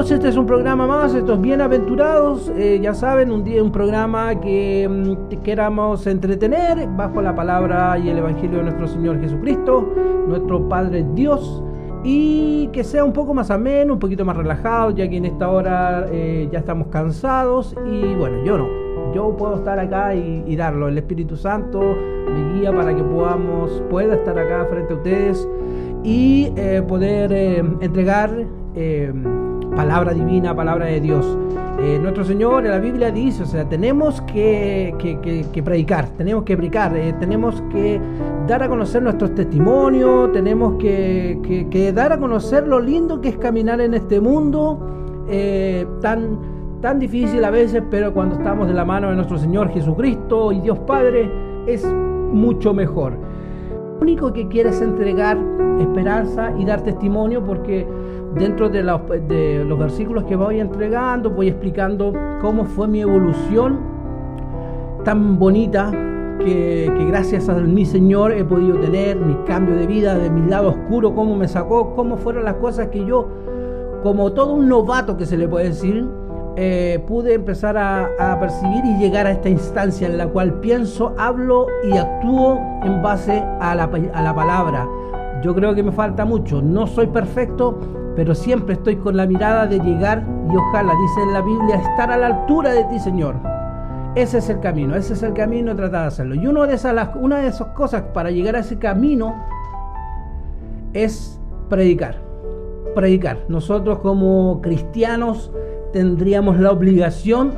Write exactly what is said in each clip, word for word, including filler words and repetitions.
amigos, este es un programa más, estos Bienaventurados, eh, ya saben, un día un programa que mm, queramos entretener bajo la palabra y el Evangelio de nuestro Señor Jesucristo, nuestro Padre Dios, y que sea un poco más ameno, un poquito más relajado, ya que en esta hora eh, ya estamos cansados y bueno, yo no, yo puedo estar acá y, y darlo, el Espíritu Santo me guía para que podamos, pueda estar acá frente a ustedes y eh, poder eh, entregar eh, palabra divina, palabra de Dios. Eh, nuestro Señor en la Biblia dice, o sea, tenemos que, que, que, que predicar, tenemos que predicar, eh, tenemos que dar a conocer nuestros testimonios, tenemos que, que, que dar a conocer lo lindo que es caminar en este mundo eh, tan, tan difícil a veces, pero cuando estamos de la mano de nuestro Señor Jesucristo y Dios Padre es mucho mejor. Lo único que quiere es entregar esperanza y dar testimonio, porque dentro de los, de los versículos que voy entregando voy explicando cómo fue mi evolución tan bonita que, que gracias a mi Señor he podido tener, mi cambio de vida, de mi lado oscuro, cómo me sacó, cómo fueron las cosas que yo, como todo un novato que se le puede decir, Eh, pude empezar a, a percibir y llegar a esta instancia en la cual pienso, hablo y actúo en base a la, a la palabra. Yo creo que me falta mucho, no soy perfecto, pero siempre estoy con la mirada de llegar y ojalá, dice en la Biblia, estar a la altura de ti, Señor. Ese es el camino, ese es el camino, tratar de hacerlo. Y una de esas, una de esas cosas para llegar a ese camino es predicar. Predicar. Nosotros como cristianos tendríamos la obligación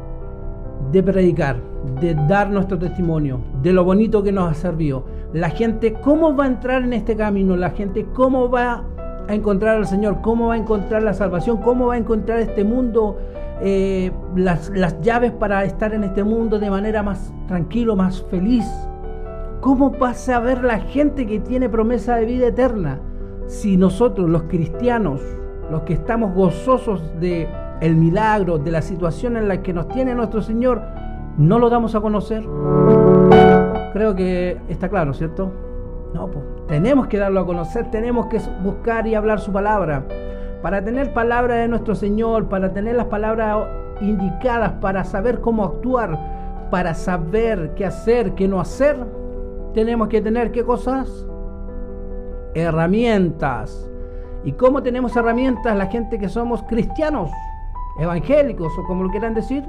de predicar, de dar nuestro testimonio, de lo bonito que nos ha servido. La gente, ¿cómo va a entrar en este camino? La gente, ¿cómo va a encontrar al Señor? ¿Cómo va a encontrar la salvación? ¿Cómo va a encontrar este mundo, eh, las, las llaves para estar en este mundo de manera más tranquilo, más feliz? ¿Cómo va a saber la gente que tiene promesa de vida eterna si nosotros, los cristianos, los que estamos gozosos de el milagro, de la situación en la que nos tiene nuestro Señor, no lo damos a conocer? Creo que está claro, ¿cierto? No, pues tenemos que darlo a conocer, tenemos que buscar y hablar su palabra. Para tener palabra de nuestro Señor, para tener las palabras indicadas, para saber cómo actuar, para saber qué hacer, qué no hacer, tenemos que tener, ¿qué cosas? Herramientas. ¿Y cómo tenemos herramientas la gente que somos cristianos, evangélicos o como lo quieran decir?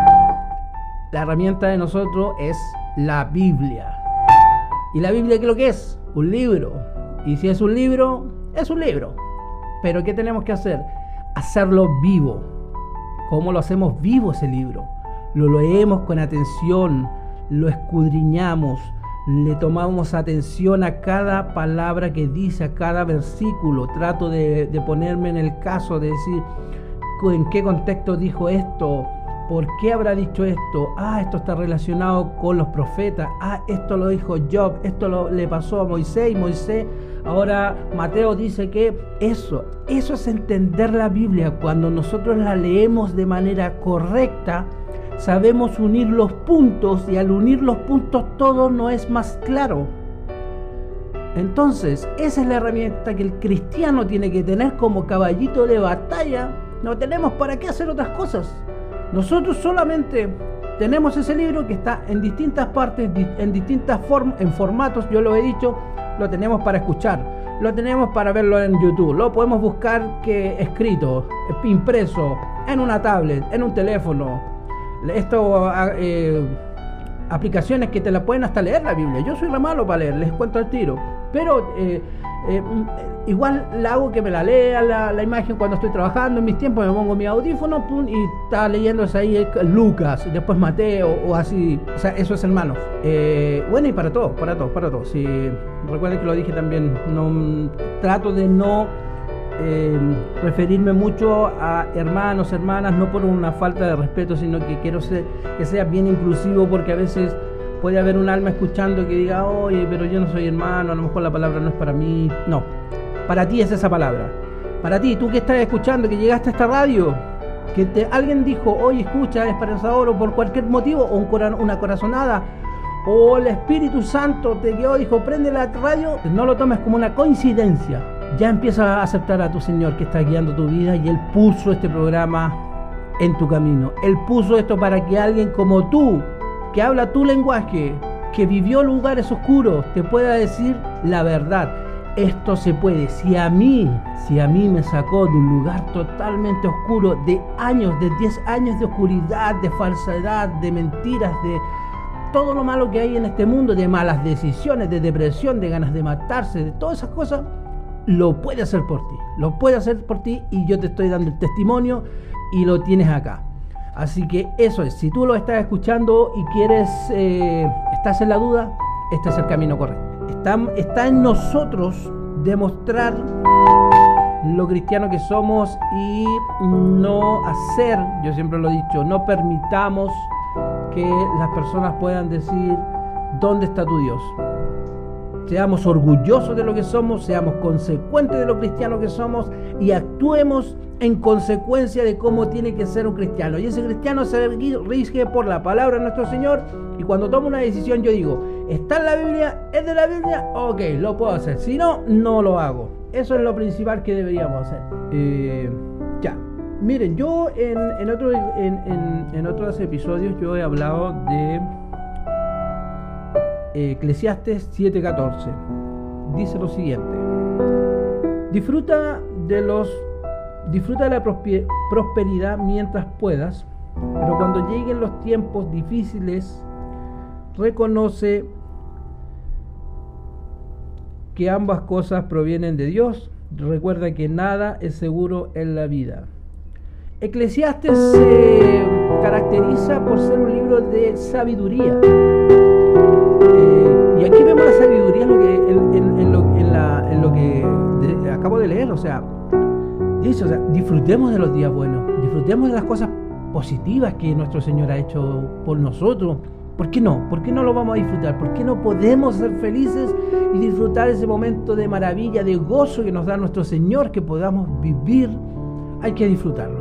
La herramienta de nosotros es la Biblia. ¿Y la Biblia qué es lo que es? Un libro. Y si es un libro, es un libro. Pero ¿qué tenemos que hacer? Hacerlo vivo. ¿Cómo lo hacemos vivo ese libro? Lo leemos con atención, lo escudriñamos, le tomamos atención a cada palabra que dice, a cada versículo. Trato de, de ponerme en el caso de decir, ¿en qué contexto dijo esto? ¿Por qué habrá dicho esto? Ah, esto está relacionado con los profetas. Ah, esto lo dijo Job. Esto lo, le pasó a Moisés. Y Moisés, ahora Mateo dice que eso, eso es entender la Biblia. Cuando nosotros la leemos de manera correcta, sabemos unir los puntos, y al unir los puntos todo no es más claro. Entonces, esa es la herramienta que el cristiano tiene que tener como caballito de batalla. No tenemos para qué hacer otras cosas. Nosotros solamente tenemos ese libro que está en distintas partes, en distintas formas, en formatos, yo lo he dicho, lo tenemos para escuchar, lo tenemos para verlo en YouTube, lo podemos buscar que escrito, impreso, en una tablet, en un teléfono. Esto, eh, aplicaciones que te la pueden hasta leer la Biblia. Yo soy re malo para leer, les cuento al tiro. Pero eh, eh, igual la hago que me la lea la, la imagen cuando estoy trabajando. En mis tiempos me pongo mi audífono, pum, y está leyéndose ahí Lucas, después Mateo o así. O sea, eso es hermanos. Eh, bueno, y para todos, para todos, para todos. Si recuerden que lo dije también, no trato de no eh, referirme mucho a hermanos, hermanas, no por una falta de respeto, sino que quiero ser, que sea bien inclusivo, porque a veces puede haber un alma escuchando que diga, oye, pero yo no soy hermano, a lo mejor la palabra no es para mí. No, para ti es esa palabra. Para ti, tú que estás escuchando, que llegaste a esta radio, que te, alguien dijo, oye, escucha, es esperanzador, o por cualquier motivo, o un cora, una corazonada, o el Espíritu Santo te guió, dijo, prende la radio, no lo tomes como una coincidencia. ya empieza a aceptar a tu Señor que está guiando tu vida, y Él puso este programa en tu camino. Él puso esto para que alguien como tú, que habla tu lenguaje, que vivió lugares oscuros, te pueda decir la verdad. Esto se puede. Si a mí, si a mí me sacó de un lugar totalmente oscuro, de años, de diez años de oscuridad, de falsedad, de mentiras, de todo lo malo que hay en este mundo, de malas decisiones, de depresión, de ganas de matarse, de todas esas cosas, lo puede hacer por ti. Lo puede hacer por ti, y yo te estoy dando el testimonio y lo tienes acá. Así que eso es. Si tú lo estás escuchando y quieres, eh, estás en la duda, este es el camino correcto. Está, está en nosotros demostrar lo cristiano que somos y no hacer, yo siempre lo he dicho, no permitamos que las personas puedan decir ¿dónde está tu Dios? Seamos orgullosos de lo que somos, seamos consecuentes de lo cristiano que somos y actuemos en consecuencia de cómo tiene que ser un cristiano. Y ese cristiano se rige por la palabra de nuestro Señor, y cuando tomo una decisión yo digo, ¿está en la Biblia? ¿Es de la Biblia? Ok, lo puedo hacer. Si no, no lo hago. Eso es lo principal que deberíamos hacer. Eh, ya. Miren, yo en, en, otro, en, en, en otros episodios yo he hablado de Eclesiastes siete catorce. Dice lo siguiente: Disfruta de los disfruta de la prosperidad mientras puedas, pero cuando lleguen los tiempos difíciles, reconoce que ambas cosas provienen de Dios. Recuerda que nada es seguro en la vida. Eclesiastes se caracteriza por ser un libro de sabiduría. Eh, y aquí vemos la sabiduría en lo que, en, en, en lo, en la, en lo que de, acabo de leer. O sea, dice, o sea, disfrutemos de los días buenos, disfrutemos de las cosas positivas que nuestro Señor ha hecho por nosotros. ¿Por qué no? ¿Por qué no lo vamos a disfrutar? ¿Por qué no podemos ser felices y disfrutar ese momento de maravilla, de gozo que nos da nuestro Señor, que podamos vivir? Hay que disfrutarlo.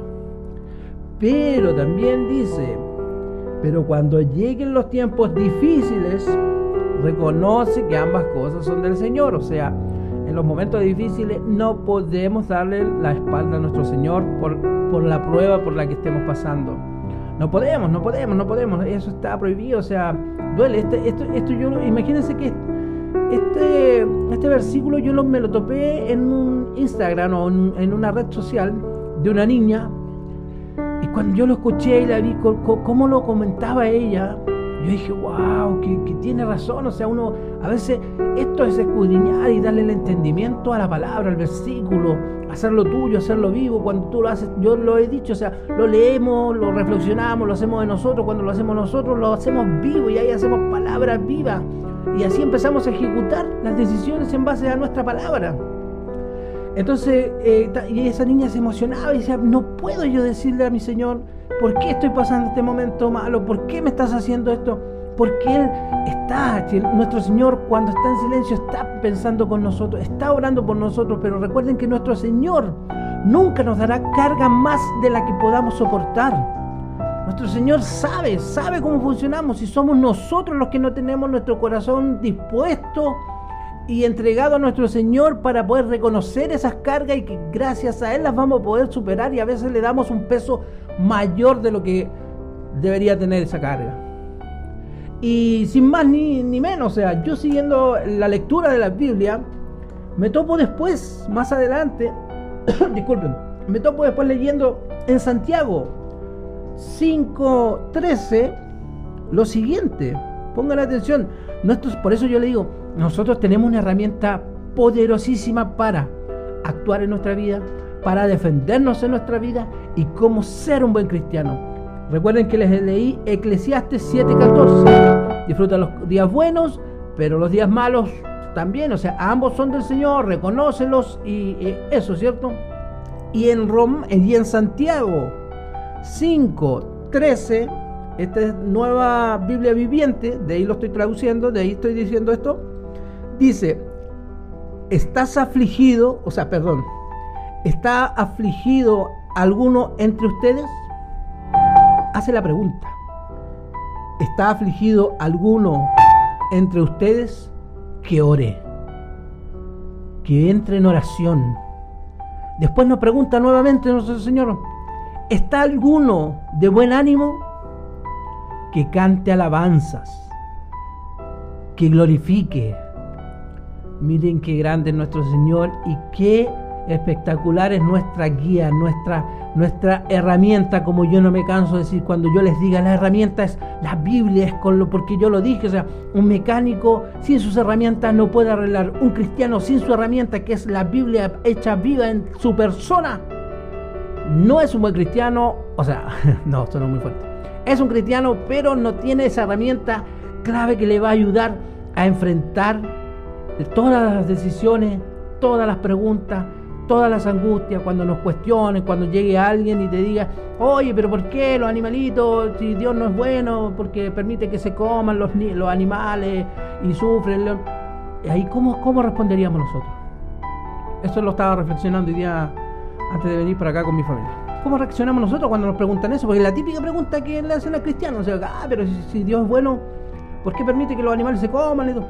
Pero también dice, pero cuando lleguen los tiempos difíciles, reconoce que ambas cosas son del Señor. O sea, en los momentos difíciles no podemos darle la espalda a nuestro Señor por, por la prueba por la que estemos pasando. No podemos, no podemos, no podemos. Eso está prohibido, o sea, duele. Este, esto, esto yo, imagínense que este, este versículo yo lo, me lo topé en un Instagram o en, en una red social de una niña. Y cuando yo lo escuché y la vi, cómo lo comentaba ella, yo dije, wow, que, que tiene razón. O sea, uno, a veces esto es escudriñar y darle el entendimiento a la palabra, al versículo, hacerlo tuyo, hacerlo vivo. Cuando tú lo haces, yo lo he dicho, o sea, lo leemos, lo reflexionamos, lo hacemos de nosotros. Cuando lo hacemos nosotros, lo hacemos vivo, y ahí hacemos palabras vivas. Y así empezamos a ejecutar las decisiones en base a nuestra palabra. Entonces, eh, y esa niña se emocionaba y decía, no puedo yo decirle a mi Señor, ¿por qué estoy pasando este momento malo? ¿Por qué me estás haciendo esto? Porque Él está, nuestro Señor, cuando está en silencio, está pensando con nosotros, está orando por nosotros. Pero recuerden que nuestro Señor nunca nos dará carga más de la que podamos soportar. Nuestro Señor sabe, sabe cómo funcionamos, y somos nosotros los que no tenemos nuestro corazón dispuesto y entregado a nuestro Señor para poder reconocer esas cargas, y que gracias a Él las vamos a poder superar, y a veces le damos un peso mayor de lo que debería tener esa carga. Y sin más ni, ni menos, o sea, yo siguiendo la lectura de la Biblia, me topo después, más adelante, disculpen, me topo después leyendo en Santiago cinco trece lo siguiente. Pongan atención, nuestros, por eso yo le digo, nosotros tenemos una herramienta poderosísima para actuar en nuestra vida, para defendernos en nuestra vida y cómo ser un buen cristiano. Recuerden que les leí Eclesiastes siete catorce. Disfruta los días buenos, pero los días malos también. O sea, ambos son del Señor, reconócelos, y eh, eso, ¿cierto? Y en, Rom, y en Santiago cinco trece, esta es Nueva Biblia Viviente, de ahí lo estoy traduciendo, de ahí estoy diciendo esto. Dice, ¿estás afligido? O sea, perdón, ¿está afligido alguno entre ustedes? Hace la pregunta. ¿Está afligido alguno entre ustedes? Que ore. que entre en oración. Después nos pregunta nuevamente nuestro Señor, ¿está alguno de buen ánimo? Que cante alabanzas, que glorifique. Miren qué grande es nuestro Señor y qué espectacular es nuestra guía, nuestra, nuestra herramienta, como yo no me canso de decir cuando yo les diga, la herramienta es la Biblia, es con lo, porque yo lo dije, o sea, un mecánico sin sus herramientas no puede arreglar, un cristiano sin su herramienta, que es la Biblia hecha viva en su persona, no es un buen cristiano, o sea, no, esto no es muy fuerte, es un cristiano, pero no tiene esa herramienta clave que le va a ayudar a enfrentar todas las decisiones, todas las preguntas, todas las angustias, cuando nos cuestionen, cuando llegue alguien y te diga, oye, pero ¿por qué los animalitos, si Dios no es bueno, porque permite que se coman los, los animales y sufren? Y ahí, ¿cómo, ¿cómo responderíamos nosotros? Eso lo estaba reflexionando hoy día antes de venir para acá con mi familia. ¿Cómo reaccionamos nosotros cuando nos preguntan eso? Porque es la típica pregunta que le hacen a cristianos, o sea, ah, pero si, si Dios es bueno, ¿por qué permite que los animales se coman y todo?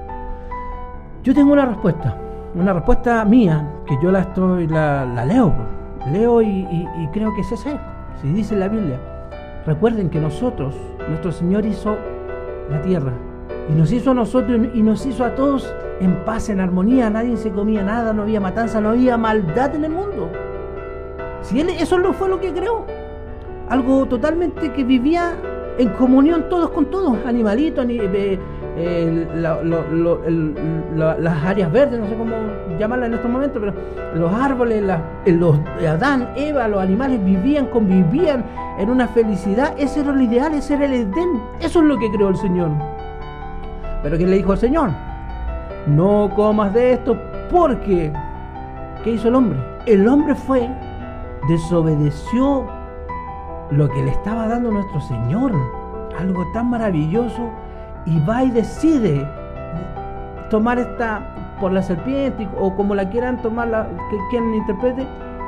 Yo tengo una respuesta. Una respuesta mía, que yo la estoy la, la leo, leo y, y, y creo que es ese, si dice la Biblia. Recuerden que nosotros, nuestro Señor hizo la tierra, y nos hizo a nosotros y nos hizo a todos en paz, en armonía, nadie se comía nada, no había matanza, no había maldad en el mundo. Si Él, eso fue lo que creó, algo totalmente que vivía en comunión todos con todos, animalitos, ni, eh, eh, la, lo, lo, el, la, las áreas verdes, no sé cómo llamarlas en estos momentos, pero los árboles, la, los Adán, Eva, los animales vivían, convivían en una felicidad. Ese era el ideal, ese era el Edén, eso es lo que creó el Señor. Pero ¿qué le dijo el Señor? No comas de esto, porque ¿qué hizo el hombre? El hombre fue, desobedeció lo que le estaba dando nuestro Señor, algo tan maravilloso, y va y decide tomar esta por la serpiente, o como la quieran tomar, la, que quien interprete,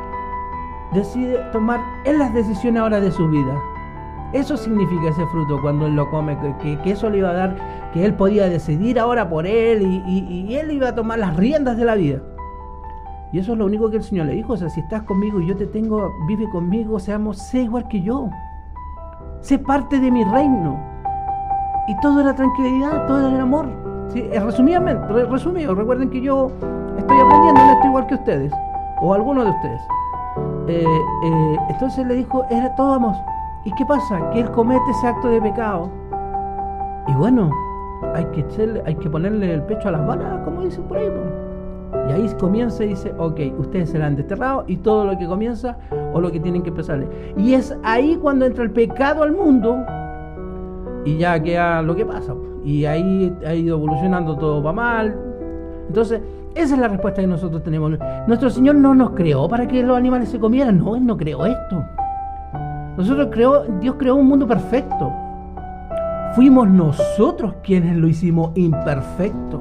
decide tomar en las decisiones ahora de su vida. Eso significa ese fruto cuando él lo come, que, que eso le iba a dar, que él podía decidir ahora por él, y, y, y él iba a tomar las riendas de la vida. Y eso es lo único que el Señor le dijo, o sea, si estás conmigo y yo te tengo, vive conmigo, seamos, sé igual que yo, sé parte de mi reino. Y todo era tranquilidad, todo era amor. ¿Sí? Resumidamente, resumido, recuerden que yo estoy aprendiendo en esto igual que ustedes, o algunos de ustedes. Eh, eh, entonces le dijo, era todo amor. ¿Y qué pasa? Que él comete ese acto de pecado. Y bueno, hay que, echarle, hay que ponerle el pecho a las balas, como dicen por ahí, pues. Y ahí comienza y dice, ok, ustedes serán desterrados, y todo lo que comienza o lo que tienen que expresarle. Y es ahí cuando entra el pecado al mundo y ya queda lo que pasa. Y ahí ha ido evolucionando todo para mal. Entonces, esa es la respuesta que nosotros tenemos. Nuestro Señor no nos creó para que los animales se comieran. No, Él no creó esto. Nosotros creó, Dios creó un mundo perfecto. Fuimos nosotros quienes lo hicimos imperfecto.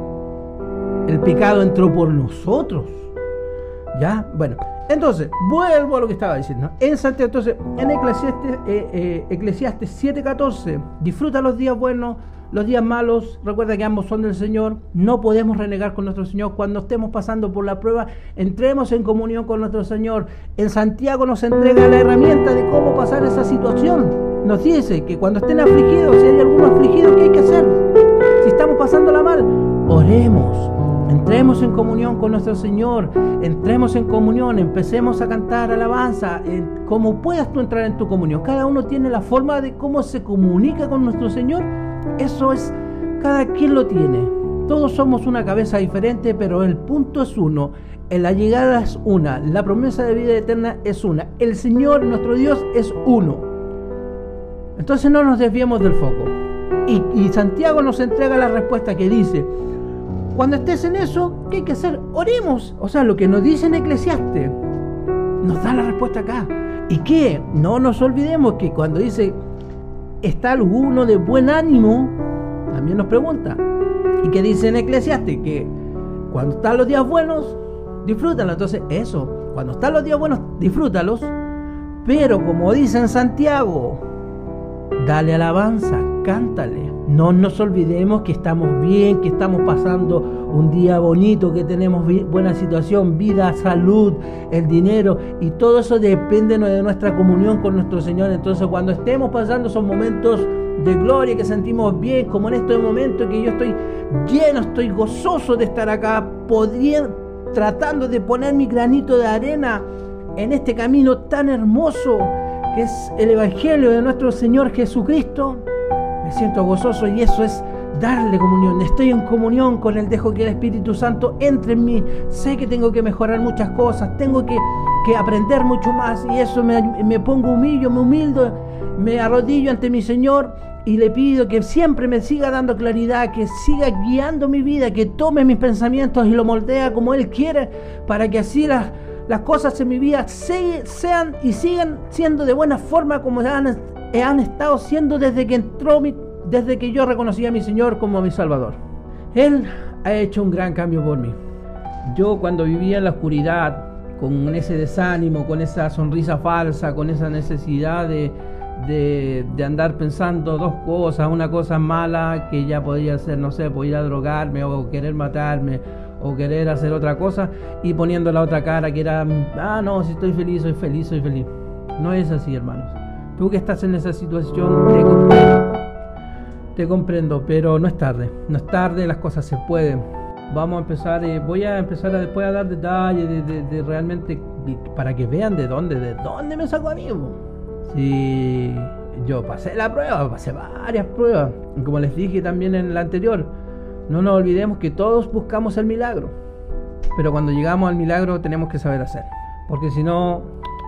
El pecado entró por nosotros. ¿Ya? Bueno, entonces, vuelvo a lo que estaba diciendo. En Santiago, entonces, en Eclesiastes, eh, eh, Eclesiastes siete catorce, disfruta los días buenos, los días malos, recuerda que ambos son del Señor, no podemos renegar con nuestro Señor. Cuando estemos pasando por la prueba, entremos en comunión con nuestro Señor. En Santiago nos entrega la herramienta de cómo pasar esa situación. Nos dice que cuando estén afligidos, si hay alguno afligido, ¿qué hay que hacer? Si estamos pasándola mal, oremos. Entremos en comunión con nuestro Señor, entremos en comunión, empecemos a cantar alabanza, en, como puedas tú entrar en tu comunión. Cada uno tiene la forma de cómo se comunica con nuestro Señor, eso es, cada quien lo tiene. Todos somos una cabeza diferente, pero el punto es uno, la llegada es una, la promesa de vida eterna es una, el Señor, nuestro Dios, es uno. Entonces no nos desviemos del foco. Y, y Santiago nos entrega la respuesta que dice, cuando estés en eso, ¿qué hay que hacer? Oremos. O sea, lo que nos dice en Eclesiastes nos da la respuesta acá. ¿Y qué? No nos olvidemos que cuando dice ¿está alguno de buen ánimo? También nos pregunta. ¿Y qué dice en Eclesiastes? Que cuando están los días buenos, disfrútalos. Entonces, eso, cuando están los días buenos, disfrútalos. Pero como dice en Santiago, dale alabanza, cántale. No nos olvidemos que estamos bien, que estamos pasando un día bonito, que tenemos buena situación, vida, salud, el dinero, y todo eso depende de nuestra comunión con nuestro Señor. Entonces, cuando estemos pasando esos momentos de gloria, que sentimos bien, como en este momento que yo estoy lleno, estoy gozoso de estar acá, podría, tratando de poner mi granito de arena en este camino tan hermoso que es el Evangelio de nuestro Señor Jesucristo, me siento gozoso, y eso es darle comunión. Estoy en comunión con Él, dejo que el Espíritu Santo entre en mí. Sé que tengo que mejorar muchas cosas, tengo que, que aprender mucho más, y eso me, me pongo humillo, me humildo, me arrodillo ante mi Señor y le pido que siempre me siga dando claridad, que siga guiando mi vida, que tome mis pensamientos y lo moldea como Él quiere, para que así las, las cosas en mi vida se, sean y sigan siendo de buena forma como han, han estado siendo desde que entró mi desde que yo reconocí a mi Señor como mi Salvador. Él ha hecho un gran cambio por mí. Yo, cuando vivía en la oscuridad, con ese desánimo, con esa sonrisa falsa, con esa necesidad de, de, de andar pensando dos cosas, una cosa mala que ya podía ser, no sé, podía drogarme o querer matarme o querer hacer otra cosa, y poniendo la otra cara que era, ah no, si estoy feliz, soy feliz, soy feliz. No es así, hermanos. Tú que estás en esa situación, te comprendo. Te comprendo, pero no es tarde, no es tarde, las cosas se pueden. Vamos a empezar, eh, voy a empezar a después a dar detalles de, de, de realmente, para que vean de dónde, de dónde me sacó a mí. Si yo pasé la prueba, pasé varias pruebas, como les dije también en la anterior, no nos olvidemos que todos buscamos el milagro, pero cuando llegamos al milagro tenemos que saber hacer, porque si no,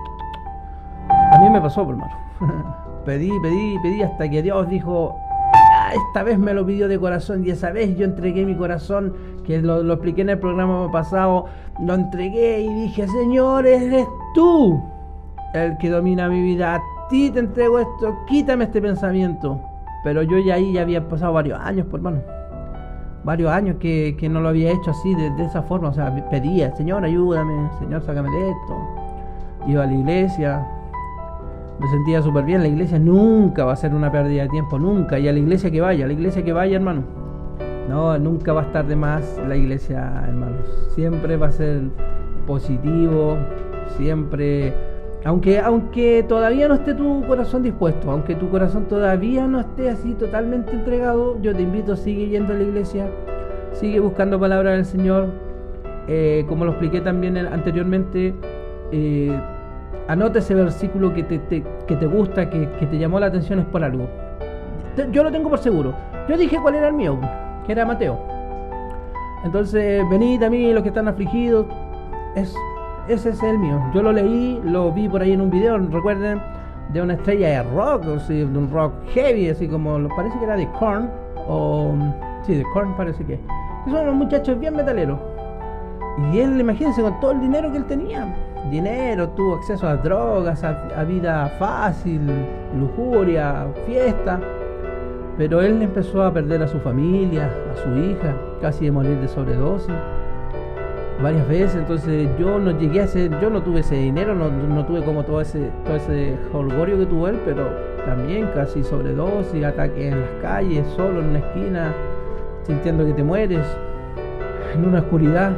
a mí me pasó, hermano. pedí, pedí, pedí hasta que Dios dijo, esta vez me lo pidió de corazón, y esa vez yo entregué mi corazón, que lo, lo expliqué en el programa pasado, lo entregué y dije, Señor, eres tú el que domina mi vida, a ti te entrego esto, quítame este pensamiento. Pero yo ya ahí ya había pasado varios años, por hermano, varios años que, que no lo había hecho así, de, de esa forma. O sea, pedía, Señor, ayúdame, Señor, sácame de esto. Iba a la iglesia, me sentía súper bien. La iglesia nunca va a ser una pérdida de tiempo, nunca. Y a la iglesia que vaya, a la iglesia que vaya, hermano, no, nunca va a estar de más la iglesia, hermanos. Siempre va a ser positivo, siempre, aunque, aunque todavía no esté tu corazón dispuesto, aunque tu corazón todavía no esté así totalmente entregado, yo te invito, sigue yendo a la iglesia, sigue buscando palabra del Señor. Eh, como lo expliqué también anteriormente, eh, anota ese versículo que te, te, que te gusta, que, que te llamó la atención, es por algo. Te, yo lo tengo por seguro. Yo dije cuál era el mío, que era Mateo. Entonces, venid a mí los que están afligidos. Es, ese es el mío. Yo lo leí, lo vi por ahí en un video, recuerden, de una estrella de rock, o sea, de un rock heavy, así como, parece que era de Korn, o sí, de Korn parece que. Son unos muchachos bien metaleros. Y él, imagínense, con todo el dinero que él tenía, dinero, tuvo acceso a drogas, a, a vida fácil, lujuria, fiesta, pero él empezó a perder a su familia, a su hija, casi de morir de sobredosis varias veces. Entonces yo no llegué a ese, yo no tuve ese dinero, no, no tuve como todo ese, todo ese holgorio que tuvo él, pero también casi sobredosis, ataques en las calles, solo en una esquina, sintiendo que te mueres, en una oscuridad.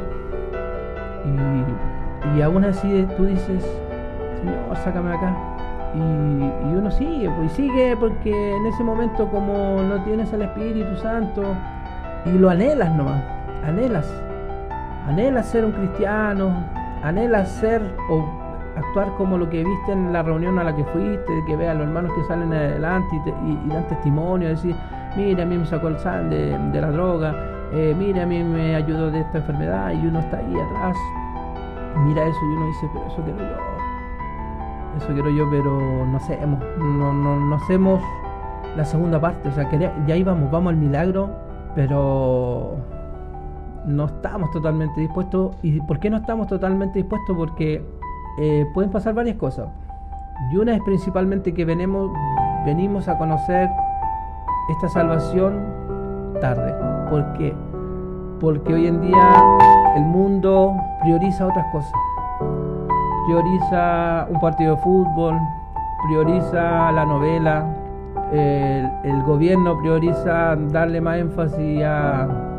Y, y aún así tú dices, Señor, sácame acá. Y, y uno sigue, pues sigue, porque en ese momento, como no tienes el Espíritu Santo, y lo anhelas nomás, anhelas, anhelas ser un cristiano, anhelas ser o actuar como lo que viste en la reunión a la que fuiste, que vean los hermanos que salen adelante y, te, y, y dan testimonio, decir, mira, a mí me sacó el sal de, de la droga, eh, mira, a mí me ayudó de esta enfermedad, y uno está ahí atrás, mira eso, y uno dice, pero eso quiero yo, eso quiero yo, pero no hacemos, no, no, no hacemos la segunda parte. O sea, que ya íbamos, vamos al milagro, pero no estamos totalmente dispuestos. ¿Y por qué no estamos totalmente dispuestos? Porque eh, pueden pasar varias cosas, y una es principalmente que venimos, venimos a conocer esta salvación tarde. ¿Por qué? Porque hoy en día el mundo prioriza otras cosas. Prioriza un partido de fútbol, prioriza la novela, el, el gobierno prioriza darle más énfasis a,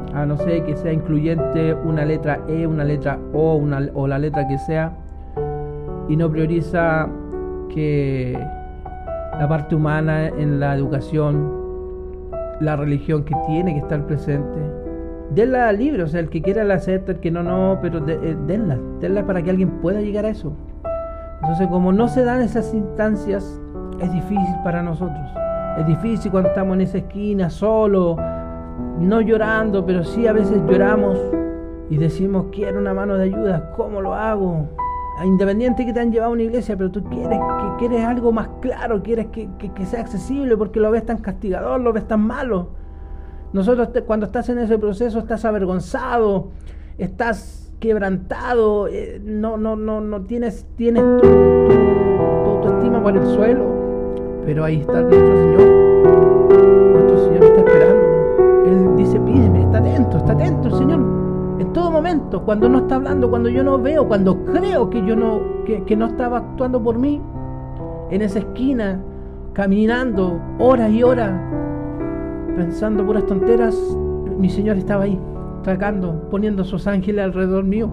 a no ser que sea incluyente una letra E, una letra O, una, o la letra que sea, y no prioriza que la parte humana en la educación, la religión que tiene que estar presente. Denla libre, o sea, el que quiera la acepta, el que no, no, pero de, eh, denla, denla para que alguien pueda llegar a eso. Entonces, como no se dan esas instancias, es difícil para nosotros. Es difícil cuando estamos en esa esquina, solo, no llorando, pero sí a veces lloramos y decimos, quiero una mano de ayuda, ¿cómo lo hago? Independiente que te han llevado a una iglesia, pero tú quieres, que, quieres algo más claro, quieres que, que, que sea accesible, porque lo ves tan castigador, lo ves tan malo. Nosotros te, cuando estás en ese proceso estás avergonzado, estás quebrantado, eh, no, no, no, no tienes, tienes tu, tu, tu autoestima por el suelo, pero ahí está nuestro Señor. Nuestro Señor está esperando. Él dice, pídeme, está atento, está atento el Señor. En todo momento, cuando no está hablando, cuando yo no veo, cuando creo que yo no, que, que no estaba actuando por mí, en esa esquina, caminando horas y horas, pensando puras tonteras, mi Señor estaba ahí, sacando, poniendo sus ángeles alrededor mío,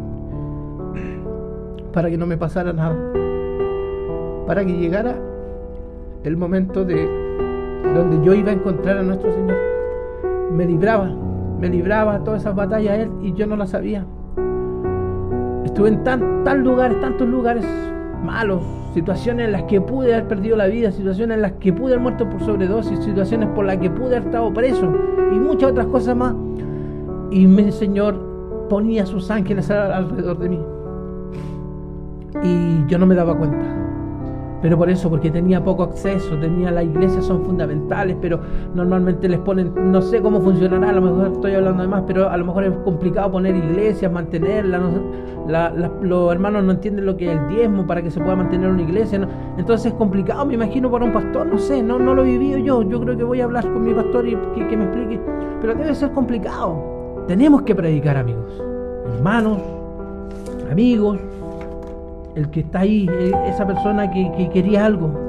para que no me pasara nada, para que llegara el momento de donde yo iba a encontrar a nuestro Señor. Me libraba, me libraba todas esas batallas Él y yo no las sabía. Estuve en tan, tan lugares, tantos lugares malos, situaciones en las que pude haber perdido la vida, situaciones en las que pude haber muerto por sobredosis, situaciones por las que pude haber estado preso y muchas otras cosas más. Y mi Señor ponía sus ángeles alrededor de mí y yo no me daba cuenta. Pero por eso, porque tenía poco acceso, tenía las iglesias son fundamentales, pero normalmente les ponen, no sé cómo funcionará, a lo mejor estoy hablando de más, pero a lo mejor es complicado poner iglesias, mantenerlas, no, la, la, los hermanos no entienden lo que es el diezmo para que se pueda mantener una iglesia, ¿no? Entonces es complicado, me imagino, para un pastor, no sé, no, no lo he vivido yo, yo creo que voy a hablar con mi pastor y que, que me explique, pero debe ser complicado. Tenemos que predicar, amigos, hermanos, amigos, el que está ahí, esa persona que, que quería algo,